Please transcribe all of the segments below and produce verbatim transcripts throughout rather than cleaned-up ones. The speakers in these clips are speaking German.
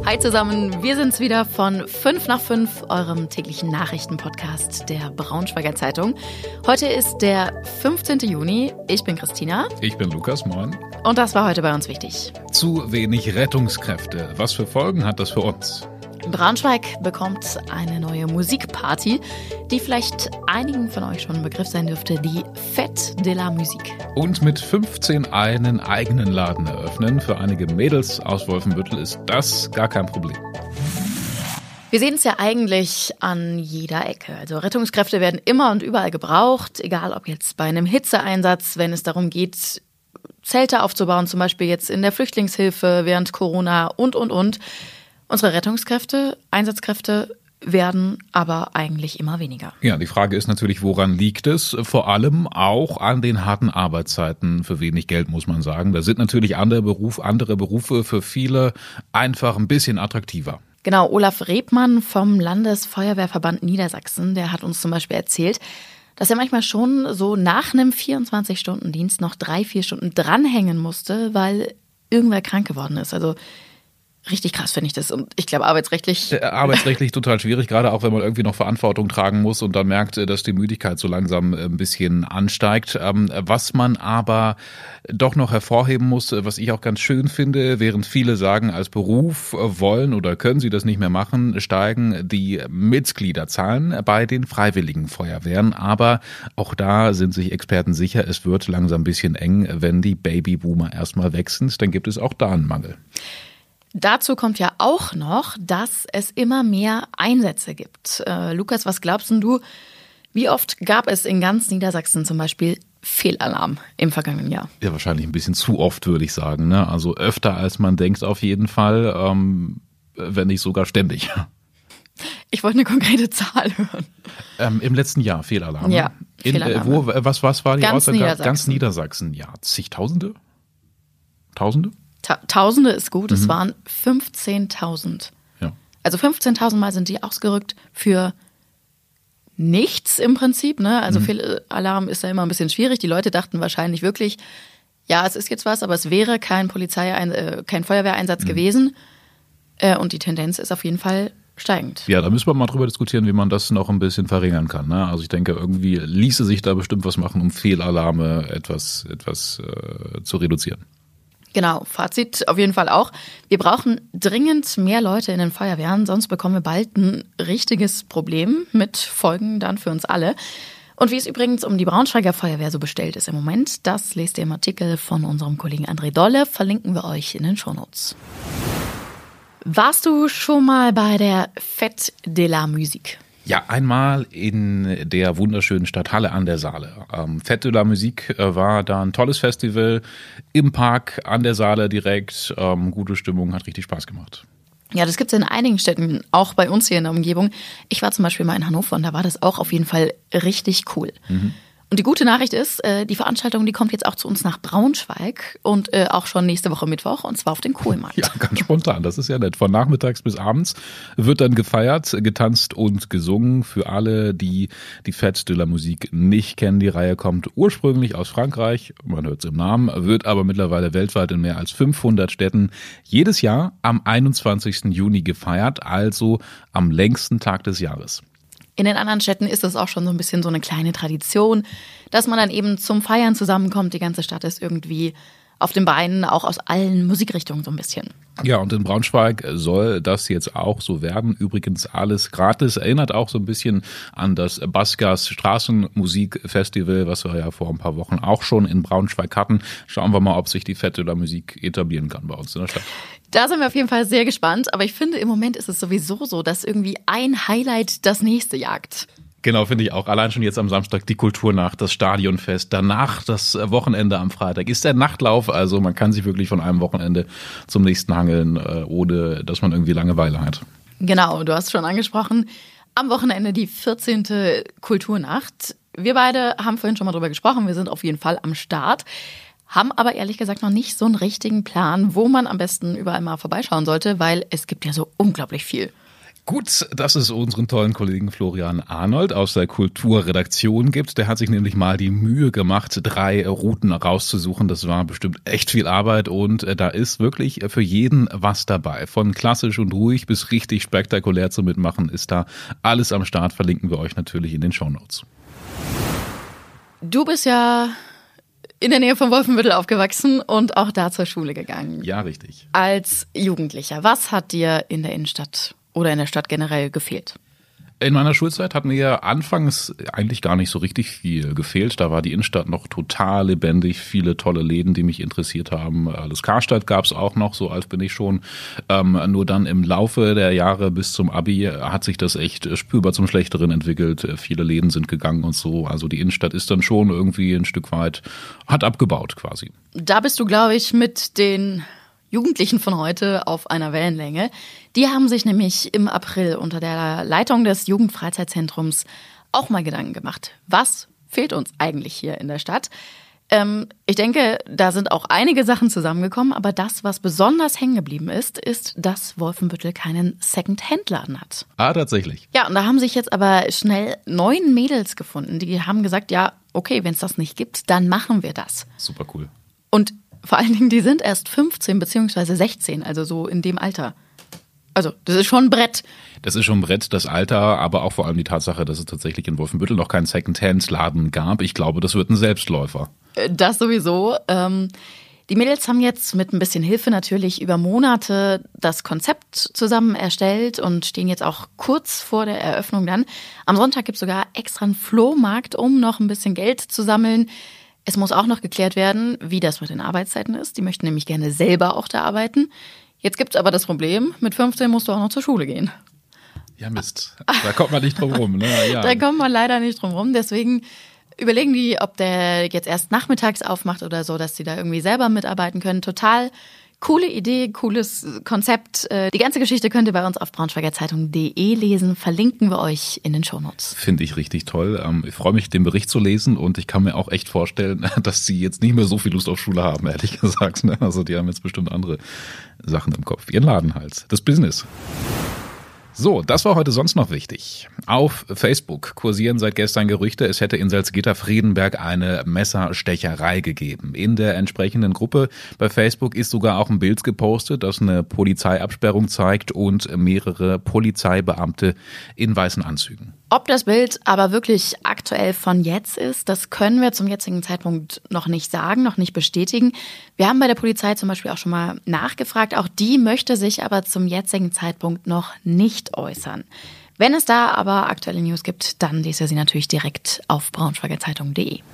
Hi zusammen, wir sind's wieder von fünf nach fünf, eurem täglichen Nachrichtenpodcast der Braunschweiger Zeitung. Heute ist der fünfzehnten Juni. Ich bin Christina. Ich bin Lukas, moin. Und das war heute bei uns wichtig. Zu wenig Rettungskräfte. Was für Folgen hat das für uns? Braunschweig bekommt eine neue Musikparty, die vielleicht einigen von euch schon ein Begriff sein dürfte, die Fête de la Musique. Und mit fünfzehn einen eigenen Laden eröffnen. Für einige Mädels aus Wolfenbüttel ist das gar kein Problem. Wir sehen es ja eigentlich an jeder Ecke. Also Rettungskräfte werden immer und überall gebraucht, egal ob jetzt bei einem Hitzeeinsatz, wenn es darum geht, Zelte aufzubauen, zum Beispiel jetzt in der Flüchtlingshilfe während Corona und, und, und. Unsere Rettungskräfte, Einsatzkräfte werden aber eigentlich immer weniger. Ja, die Frage ist natürlich, woran liegt es? Vor allem auch an den harten Arbeitszeiten für wenig Geld, muss man sagen. Da sind natürlich andere Berufe, andere Berufe für viele einfach ein bisschen attraktiver. Genau, Olaf Rebmann vom Landesfeuerwehrverband Niedersachsen, der hat uns zum Beispiel erzählt, dass er manchmal schon so nach einem vierundzwanzig-Stunden-Dienst noch drei, vier Stunden dranhängen musste, weil irgendwer krank geworden ist. Also richtig krass finde ich das. Und ich glaube, arbeitsrechtlich... Äh, arbeitsrechtlich total schwierig, gerade auch wenn man irgendwie noch Verantwortung tragen muss und dann merkt, dass die Müdigkeit so langsam ein bisschen ansteigt. Was man aber doch noch hervorheben muss, was ich auch ganz schön finde, während viele sagen, als Beruf wollen oder können sie das nicht mehr machen, steigen die Mitgliederzahlen bei den Freiwilligen Feuerwehren. Aber auch da sind sich Experten sicher, es wird langsam ein bisschen eng, wenn die Babyboomer erstmal weg sind. Dann gibt es auch da einen Mangel. Dazu kommt ja auch noch, dass es immer mehr Einsätze gibt. Äh, Lukas, was glaubst denn du, wie oft gab es in ganz Niedersachsen zum Beispiel Fehlalarm im vergangenen Jahr? Ja, wahrscheinlich ein bisschen zu oft, würde ich sagen. Ne? Also öfter, als man denkt auf jeden Fall, ähm, wenn nicht sogar ständig. Ich wollte eine konkrete Zahl hören. Ähm, Im letzten Jahr Fehlalarm. Ja, in, Fehlalarm. Äh, wo, was, was war die Ganz Aussage? Niedersachsen. Ganz Niedersachsen, ja. Zigtausende? Tausende? Ta- Tausende ist gut, Mhm. es waren fünfzehntausend. Ja. Also fünfzehntausend Mal sind die ausgerückt für nichts im Prinzip. Ne? Also Mhm. Fehlalarm ist ja immer ein bisschen schwierig. Die Leute dachten wahrscheinlich wirklich, ja, es ist jetzt was, aber es wäre kein Polizei, äh, kein Feuerwehreinsatz mhm. gewesen. Äh, und die Tendenz ist auf jeden Fall steigend. Ja, da müssen wir mal drüber diskutieren, wie man das noch ein bisschen verringern kann. Ne? Also ich denke, irgendwie ließe sich da bestimmt was machen, um Fehlalarme etwas, etwas äh, zu reduzieren. Genau, Fazit auf jeden Fall auch. Wir brauchen dringend mehr Leute in den Feuerwehren, sonst bekommen wir bald ein richtiges Problem mit Folgen dann für uns alle. Und wie es übrigens um die Braunschweiger Feuerwehr so bestellt ist im Moment, das lest ihr im Artikel von unserem Kollegen André Dolle, verlinken wir euch in den Shownotes. Warst du schon mal bei der Fête de la Musique? Ja, einmal in der wunderschönen Stadt Halle an der Saale. Ähm, Fête de la Musique äh, war da ein tolles Festival im Park an der Saale direkt. Ähm, gute Stimmung, hat richtig Spaß gemacht. Ja, das gibt es in einigen Städten, auch bei uns hier in der Umgebung. Ich war zum Beispiel mal in Hannover und da war das auch auf jeden Fall richtig cool. Mhm. Und die gute Nachricht ist, die Veranstaltung, die kommt jetzt auch zu uns nach Braunschweig und auch schon nächste Woche Mittwoch und zwar auf den Kohlmarkt. Ja, ganz spontan, das ist ja nett. Von nachmittags bis abends wird dann gefeiert, getanzt und gesungen. Für alle, die die Fête de la Musique nicht kennen, die Reihe kommt ursprünglich aus Frankreich, man hört es im Namen, wird aber mittlerweile weltweit in mehr als fünfhundert Städten jedes Jahr am einundzwanzigsten Juni gefeiert, also am längsten Tag des Jahres. In den anderen Städten ist es auch schon so ein bisschen so eine kleine Tradition, dass man dann eben zum Feiern zusammenkommt. Die ganze Stadt ist irgendwie auf den Beinen, auch aus allen Musikrichtungen so ein bisschen. Ja, und in Braunschweig soll das jetzt auch so werden. Übrigens alles gratis. Erinnert auch so ein bisschen an das Basgas Straßenmusikfestival, was wir ja vor ein paar Wochen auch schon in Braunschweig hatten. Schauen wir mal, ob sich die Fête de la Musique etablieren kann bei uns in der Stadt. Da sind wir auf jeden Fall sehr gespannt. Aber ich finde, im Moment ist es sowieso so, dass irgendwie ein Highlight das nächste jagt. Genau, finde ich auch. Allein schon jetzt am Samstag die Kulturnacht, das Stadionfest, danach das Wochenende am Freitag. Ist der Nachtlauf, also man kann sich wirklich von einem Wochenende zum nächsten hangeln, ohne dass man irgendwie Langeweile hat. Genau, du hast schon angesprochen, am Wochenende die vierzehnte Kulturnacht. Wir beide haben vorhin schon mal drüber gesprochen, wir sind auf jeden Fall am Start, haben aber ehrlich gesagt noch nicht so einen richtigen Plan, wo man am besten überall mal vorbeischauen sollte, weil es gibt ja so unglaublich viel. Gut, dass es unseren tollen Kollegen Florian Arnold aus der Kulturredaktion gibt. Der hat sich nämlich mal die Mühe gemacht, drei Routen rauszusuchen. Das war bestimmt echt viel Arbeit und da ist wirklich für jeden was dabei. Von klassisch und ruhig bis richtig spektakulär zu mitmachen ist da alles am Start. Verlinken wir euch natürlich in den Shownotes. Du bist ja in der Nähe von Wolfenbüttel aufgewachsen und auch da zur Schule gegangen. Ja, richtig. Als Jugendlicher, was hat dir in der Innenstadt oder in der Stadt generell gefehlt? In meiner Schulzeit hat mir anfangs eigentlich gar nicht so richtig viel gefehlt. Da war die Innenstadt noch total lebendig, viele tolle Läden, die mich interessiert haben. Das Karstadt gab es auch noch, so alt bin ich schon. Ähm, nur dann im Laufe der Jahre bis zum Abi hat sich das echt spürbar zum Schlechteren entwickelt. Viele Läden sind gegangen und so. Also die Innenstadt ist dann schon irgendwie ein Stück weit, hat abgebaut quasi. Da bist du, glaube ich, mit den Jugendlichen von heute auf einer Wellenlänge. Die haben sich nämlich im April unter der Leitung des Jugendfreizeitzentrums auch mal Gedanken gemacht. Was fehlt uns eigentlich hier in der Stadt? Ähm, ich denke, da sind auch einige Sachen zusammengekommen, aber das, was besonders hängen geblieben ist, ist, dass Wolfenbüttel keinen Second-Hand-Laden hat. Ah, tatsächlich. Ja, und da haben sich jetzt aber schnell neun Mädels gefunden, die haben gesagt, ja, okay, wenn es das nicht gibt, dann machen wir das. Super cool. Und vor allen Dingen, die sind erst fünfzehn beziehungsweise sechzehn, also so in dem Alter. Also, das ist schon ein Brett. Das ist schon ein Brett, das Alter, aber auch vor allem die Tatsache, dass es tatsächlich in Wolfenbüttel noch keinen Second-Hand-Laden gab. Ich glaube, das wird ein Selbstläufer. Das sowieso. Ähm, die Mädels haben jetzt mit ein bisschen Hilfe natürlich über Monate das Konzept zusammen erstellt und stehen jetzt auch kurz vor der Eröffnung dann. Am Sonntag gibt es sogar extra einen Flohmarkt, um noch ein bisschen Geld zu sammeln. Es muss auch noch geklärt werden, wie das mit den Arbeitszeiten ist. Die möchten nämlich gerne selber auch da arbeiten. Jetzt gibt es aber das Problem, mit fünfzehn musst du auch noch zur Schule gehen. Ja, Mist. Da kommt man nicht drum rum. Ne? Ja. Da kommt man leider nicht drum rum. Deswegen überlegen die, ob der jetzt erst nachmittags aufmacht oder so, dass die da irgendwie selber mitarbeiten können. Total coole Idee, cooles Konzept. Die ganze Geschichte könnt ihr bei uns auf braunschweigerzeitung punkt de lesen. Verlinken wir euch in den Shownotes. Finde ich richtig toll. Ich freue mich, den Bericht zu lesen und ich kann mir auch echt vorstellen, dass sie jetzt nicht mehr so viel Lust auf Schule haben, ehrlich gesagt. Also die haben jetzt bestimmt andere Sachen im Kopf. Ihren Laden halt. Das Business. So, das war heute sonst noch wichtig. Auf Facebook kursieren seit gestern Gerüchte, es hätte in Salzgitter-Friedenberg eine Messerstecherei gegeben. In der entsprechenden Gruppe bei Facebook ist sogar auch ein Bild gepostet, das eine Polizeiabsperrung zeigt und mehrere Polizeibeamte in weißen Anzügen. Ob das Bild aber wirklich aktuell von jetzt ist, das können wir zum jetzigen Zeitpunkt noch nicht sagen, noch nicht bestätigen. Wir haben bei der Polizei zum Beispiel auch schon mal nachgefragt. Auch die möchte sich aber zum jetzigen Zeitpunkt noch nicht äußern. Wenn es da aber aktuelle News gibt, dann lest ihr sie natürlich direkt auf braunschweigerzeitung punkt de.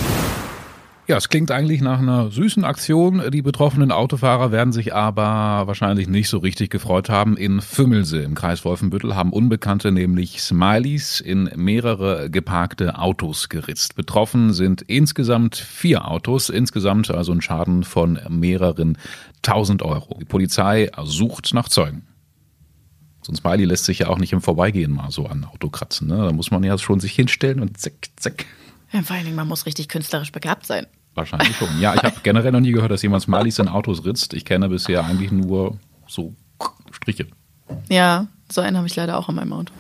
Ja, es klingt eigentlich nach einer süßen Aktion. Die betroffenen Autofahrer werden sich aber wahrscheinlich nicht so richtig gefreut haben. In Vümmelse im Kreis Wolfenbüttel haben Unbekannte nämlich Smileys in mehrere geparkte Autos geritzt. Betroffen sind insgesamt vier Autos, insgesamt also ein Schaden von mehreren tausend Euro. Die Polizei sucht nach Zeugen. So ein Smiley lässt sich ja auch nicht im Vorbeigehen mal so an Auto kratzen. Ne? Da muss man ja schon sich hinstellen und zack, zack. Ja, vor allen Dingen, man muss richtig künstlerisch begabt sein. Wahrscheinlich schon. Ja, ich habe generell noch nie gehört, dass jemand Smileys in Autos ritzt. Ich kenne bisher eigentlich nur so Striche. Ja, so einen habe ich leider auch an meinem Auto.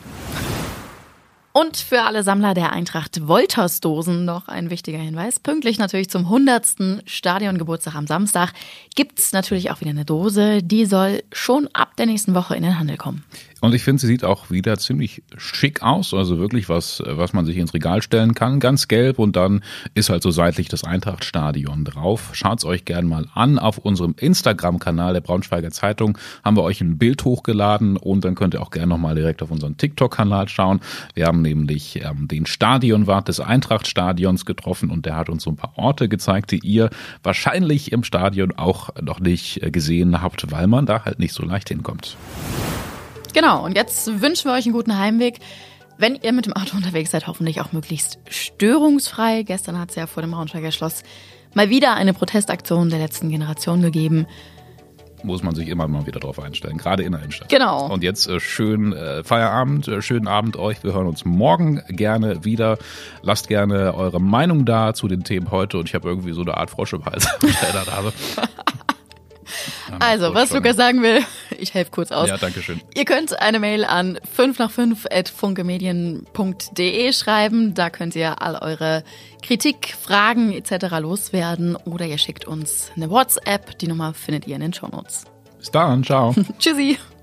Und für alle Sammler der Eintracht Wolters-Dosen noch ein wichtiger Hinweis. Pünktlich natürlich zum hundertsten Stadiongeburtstag am Samstag gibt es natürlich auch wieder eine Dose. Die soll schon ab der nächsten Woche in den Handel kommen. Und ich finde, sie sieht auch wieder ziemlich schick aus. Also wirklich was, was man sich ins Regal stellen kann. Ganz gelb und dann ist halt so seitlich das Eintracht-Stadion drauf. Schaut's euch gern mal an. Auf unserem Instagram-Kanal der Braunschweiger Zeitung haben wir euch ein Bild hochgeladen und dann könnt ihr auch gerne nochmal direkt auf unseren TikTok-Kanal schauen. Wir haben nämlich ähm, den Stadionwart des Eintracht-Stadions getroffen und der hat uns so ein paar Orte gezeigt, die ihr wahrscheinlich im Stadion auch noch nicht gesehen habt, weil man da halt nicht so leicht hinkommt. Genau, und jetzt wünschen wir euch einen guten Heimweg. Wenn ihr mit dem Auto unterwegs seid, hoffentlich auch möglichst störungsfrei. Gestern hat es ja vor dem Braunschweiger Schloss mal wieder eine Protestaktion der letzten Generation gegeben. Muss man sich immer mal wieder drauf einstellen, gerade in der Innenstadt. Genau. Und jetzt äh, schön äh, Feierabend, äh, schönen Abend euch. Wir hören uns morgen gerne wieder. Lasst gerne eure Meinung da zu den Themen heute. Und ich habe irgendwie so eine Art Frosch im Hals, wenn ich erinnert habe. Also, was Lukas sagen will, Ich helfe kurz aus. Ja, danke schön. Ihr könnt eine Mail an fünf nach fünf at funkemedien punkt de schreiben. Da könnt ihr all eure Kritik, Fragen et cetera loswerden. Oder ihr schickt uns eine WhatsApp. Die Nummer findet ihr in den Shownotes. Bis dann, ciao. Tschüssi.